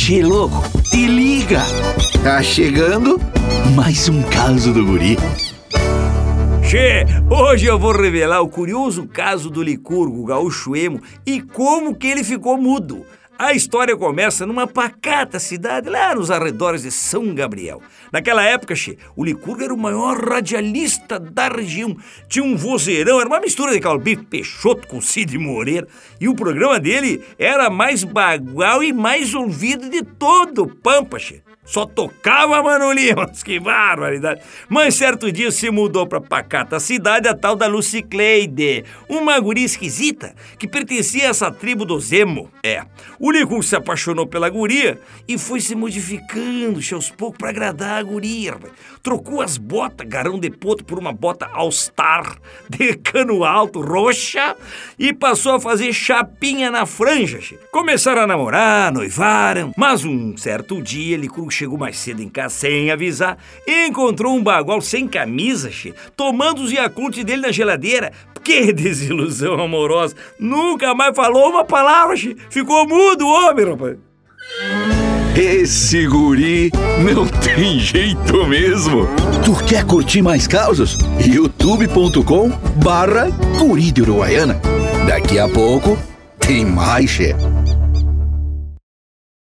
Che, louco, te liga! Tá chegando mais um caso do guri. Che, hoje eu vou revelar o curioso caso do Licurgo, o gaúcho emo, e como que ele ficou mudo. A história começa numa pacata cidade lá nos arredores de São Gabriel. Naquela época, che, o Licurgo era o maior radialista da região. Tinha um vozeirão, era uma mistura de Calbi Peixoto com Cid Moreira. E o programa dele era mais bagual e mais ouvido de todo o Pampa, che. Só tocava Mano Lima, que barbaridade. Mas certo dia se mudou pra pacata cidade a tal da Lucicleide, uma guria esquisita que pertencia a essa tribo dos emo. O Licurgo se apaixonou pela guria e foi se modificando aos poucos pra agradar a guria. Trocou as botas garão de poto por uma bota All-Star de cano alto, roxa, e passou a fazer chapinha na franja. Começaram a namorar, noivaram, mas um certo dia Licurgo chegou mais cedo em casa sem avisar e encontrou um bagual sem camisa, tomando os Yakult dele na geladeira. Que desilusão amorosa! Nunca mais falou uma palavra, ficou mudo o homem, rapaz. Esse guri não tem jeito mesmo. Tu quer curtir mais causas? youtube.com/guri de Uruguaiana. Daqui a pouco tem mais, che.